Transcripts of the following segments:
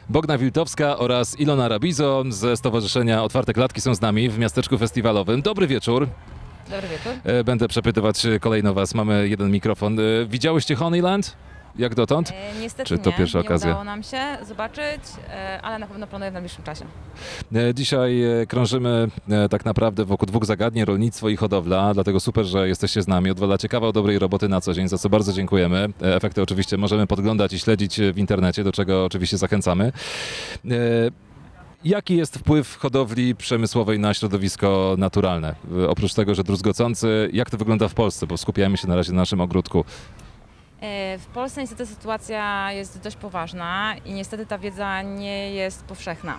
Bogna Wiltowska oraz Ilona Rabizo ze Stowarzyszenia Otwarte Klatki są z nami w miasteczku festiwalowym. Dobry wieczór. Dobry wieczór. Będę przepytywać kolejno was. Mamy jeden mikrofon. Widziałyście Honeyland? Jak dotąd? Niestety Czy to nie, pierwsza nie okazja? udało nam się zobaczyć, ale na pewno planuję w najbliższym czasie. Dzisiaj krążymy tak naprawdę wokół dwóch zagadnień, rolnictwo i hodowla, dlatego super, że jesteście z nami. Odwalacie kawał dobrej roboty na co dzień, za co bardzo dziękujemy. Efekty oczywiście możemy podglądać i śledzić w internecie, do czego oczywiście zachęcamy. Jaki jest wpływ hodowli przemysłowej na środowisko naturalne? Oprócz tego, że druzgocący, jak to wygląda w Polsce? Bo skupiamy się na razie na naszym ogródku. W Polsce niestety sytuacja jest dość poważna i niestety ta wiedza nie jest powszechna.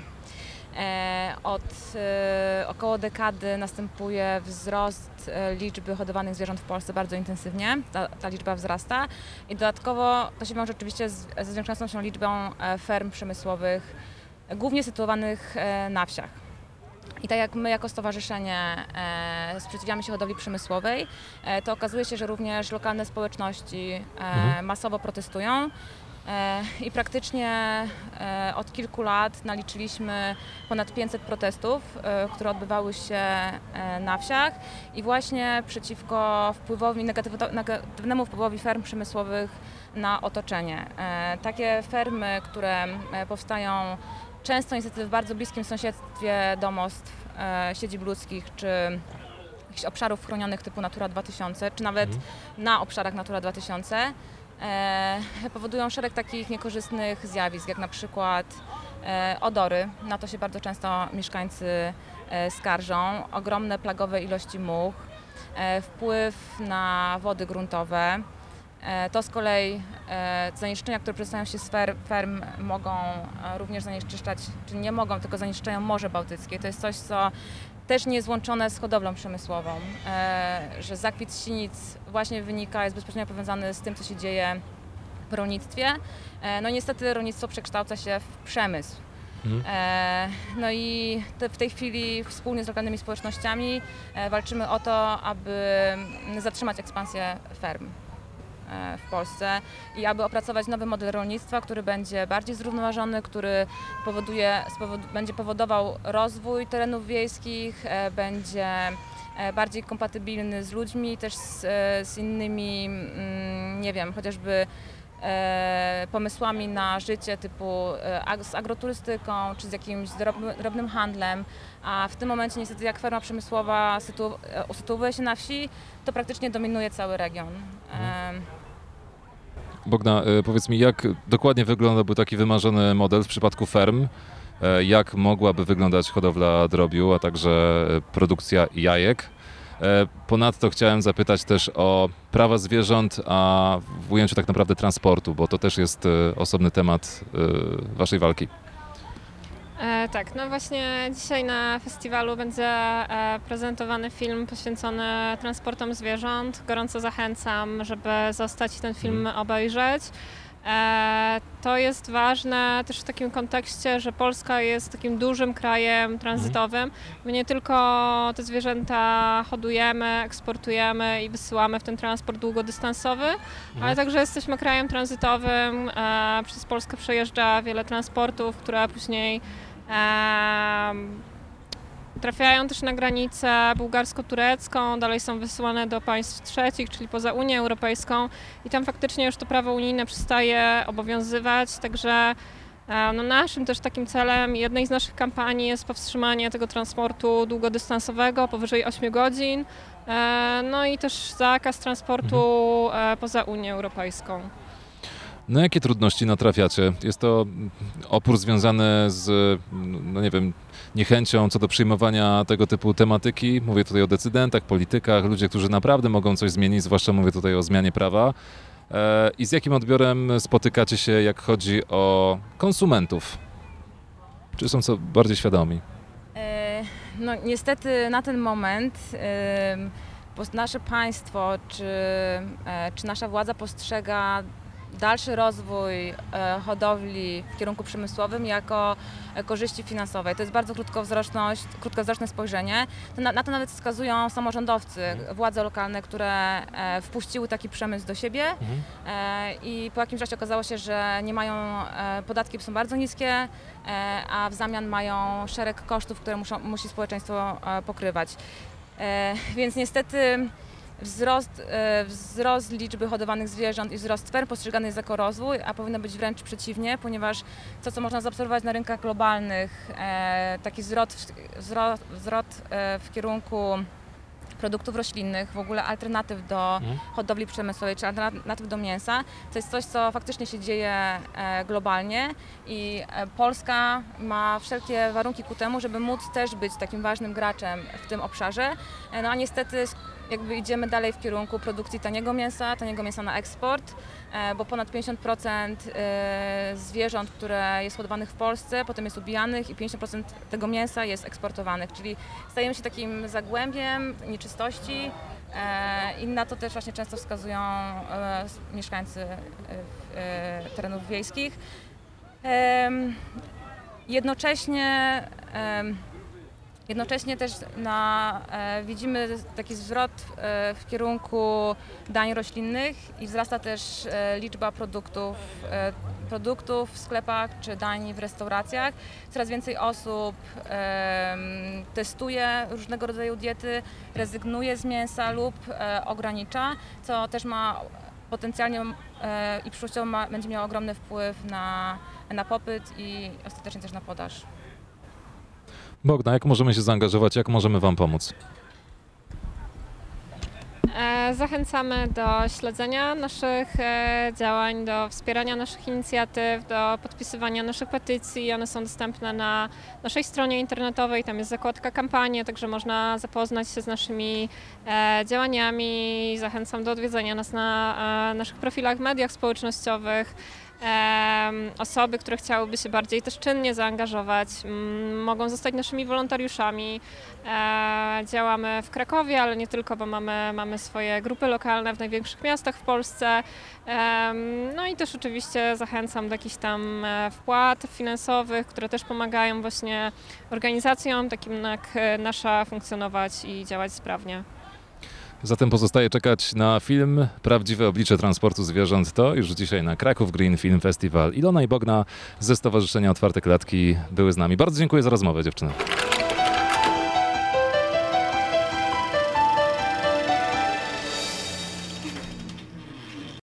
Od około dekady następuje wzrost liczby hodowanych zwierząt w Polsce bardzo intensywnie. Ta liczba wzrasta i dodatkowo to się wiąże oczywiście ze zwiększającą się liczbą ferm przemysłowych, głównie sytuowanych na wsiach. I tak jak my jako stowarzyszenie sprzeciwiamy się hodowli przemysłowej, to okazuje się, że również lokalne społeczności masowo protestują. I praktycznie od kilku lat naliczyliśmy ponad 500 protestów, które odbywały się na wsiach i właśnie przeciwko negatywnemu wpływowi ferm przemysłowych na otoczenie. Takie fermy, które powstają często niestety w bardzo bliskim sąsiedztwie domostw, siedzib ludzkich czy jakichś obszarów chronionych typu Natura 2000, czy nawet na obszarach Natura 2000, powodują szereg takich niekorzystnych zjawisk, jak na przykład odory. Na to się bardzo często mieszkańcy skarżą. Ogromne plagowe ilości much, wpływ na wody gruntowe. To z kolei zanieczyszczenia, które przedostają się z ferm, mogą również zanieczyszczać, czy nie mogą, tylko zanieczyszczają Morze Bałtyckie. To jest coś, co też nie jest łączone z hodowlą przemysłową, że zakwit sinic właśnie jest bezpośrednio powiązany z tym, co się dzieje w rolnictwie. No niestety rolnictwo przekształca się w przemysł. No i w tej chwili wspólnie z lokalnymi społecznościami walczymy o to, aby zatrzymać ekspansję ferm w Polsce i aby opracować nowy model rolnictwa, który będzie bardziej zrównoważony, który będzie powodował rozwój terenów wiejskich, będzie bardziej kompatybilny z ludźmi, też z innymi, nie wiem, chociażby pomysłami na życie typu z agroturystyką czy z jakimś drobnym handlem, a w tym momencie niestety jak ferma przemysłowa usytuuje się na wsi, to praktycznie dominuje cały region. Bogna, powiedz mi, jak dokładnie wyglądałby taki wymarzony model w przypadku ferm? Jak mogłaby wyglądać hodowla drobiu, a także produkcja jajek? Ponadto chciałem zapytać też o prawa zwierząt, a w ujęciu tak naprawdę transportu, bo to też jest osobny temat waszej walki. Tak, no właśnie dzisiaj na festiwalu będzie prezentowany film poświęcony transportom zwierząt. Gorąco zachęcam, żeby zostać i ten film obejrzeć. To jest ważne też w takim kontekście, że Polska jest takim dużym krajem tranzytowym. My nie tylko te zwierzęta hodujemy, eksportujemy i wysyłamy w ten transport długodystansowy, ale także jesteśmy krajem tranzytowym. Przez Polskę przejeżdża wiele transportów, które później trafiają też na granicę bułgarsko-turecką, dalej są wysyłane do państw trzecich, czyli poza Unię Europejską i tam faktycznie już to prawo unijne przestaje obowiązywać, także no naszym też takim celem, jednej z naszych kampanii jest powstrzymanie tego transportu długodystansowego powyżej 8 godzin, no i też zakaz transportu poza Unię Europejską. No jakie trudności natrafiacie? Jest to opór związany z, no nie wiem, niechęcią co do przyjmowania tego typu tematyki? Mówię tutaj o decydentach, politykach, ludzie, którzy naprawdę mogą coś zmienić, zwłaszcza mówię tutaj o zmianie prawa. I z jakim odbiorem spotykacie się, jak chodzi o konsumentów? Czy są co bardziej świadomi? No niestety na ten moment nasze państwo czy nasza władza postrzega dalszy rozwój hodowli w kierunku przemysłowym jako korzyści finansowej. To jest bardzo krótkowzroczne spojrzenie. Na to nawet wskazują samorządowcy, władze lokalne, które wpuściły taki przemysł do siebie i po jakimś czasie okazało się, że nie mają, podatki są bardzo niskie, a w zamian mają szereg kosztów, które musi społeczeństwo pokrywać. Więc niestety wzrost liczby hodowanych zwierząt i wzrost ferm postrzegany jest jako rozwój, a powinno być wręcz przeciwnie, ponieważ to, co można zaobserwować na rynkach globalnych, taki zwrot w kierunku produktów roślinnych, w ogóle alternatyw do hodowli przemysłowej czy alternatyw do mięsa, to jest coś, co faktycznie się dzieje globalnie i Polska ma wszelkie warunki ku temu, żeby móc też być takim ważnym graczem w tym obszarze. No a niestety jakby idziemy dalej w kierunku produkcji taniego mięsa na eksport, bo ponad 50% zwierząt, które jest hodowanych w Polsce, potem jest ubijanych i 50% tego mięsa jest eksportowanych, czyli stajemy się takim zagłębiem nieczystości i na to też właśnie często wskazują mieszkańcy terenów wiejskich. Jednocześnie też widzimy taki zwrot w kierunku dań roślinnych i wzrasta też liczba produktów w sklepach czy dań w restauracjach. Coraz więcej osób testuje różnego rodzaju diety, rezygnuje z mięsa lub ogranicza, co też ma potencjalnie i przyszłościowo będzie miało ogromny wpływ na popyt i ostatecznie też na podaż. Bogna, jak możemy się zaangażować, jak możemy Wam pomóc? Zachęcamy do śledzenia naszych działań, do wspierania naszych inicjatyw, do podpisywania naszych petycji. One są dostępne na naszej stronie internetowej, tam jest zakładka kampanie, także można zapoznać się z naszymi działaniami. Zachęcam do odwiedzenia nas na naszych profilach w mediach społecznościowych. Osoby, które chciałyby się bardziej też czynnie zaangażować, mogą zostać naszymi wolontariuszami. Działamy w Krakowie, ale nie tylko, bo mamy swoje grupy lokalne w największych miastach w Polsce. No i też oczywiście zachęcam do jakichś tam wpłat finansowych, które też pomagają właśnie organizacjom takim jak nasza funkcjonować i działać sprawnie. Zatem pozostaje czekać na film Prawdziwe oblicze transportu zwierząt. To już dzisiaj na Kraków Green Film Festival. Ilona i Bogna ze Stowarzyszenia Otwarte Klatki były z nami. Bardzo dziękuję za rozmowę, dziewczyny.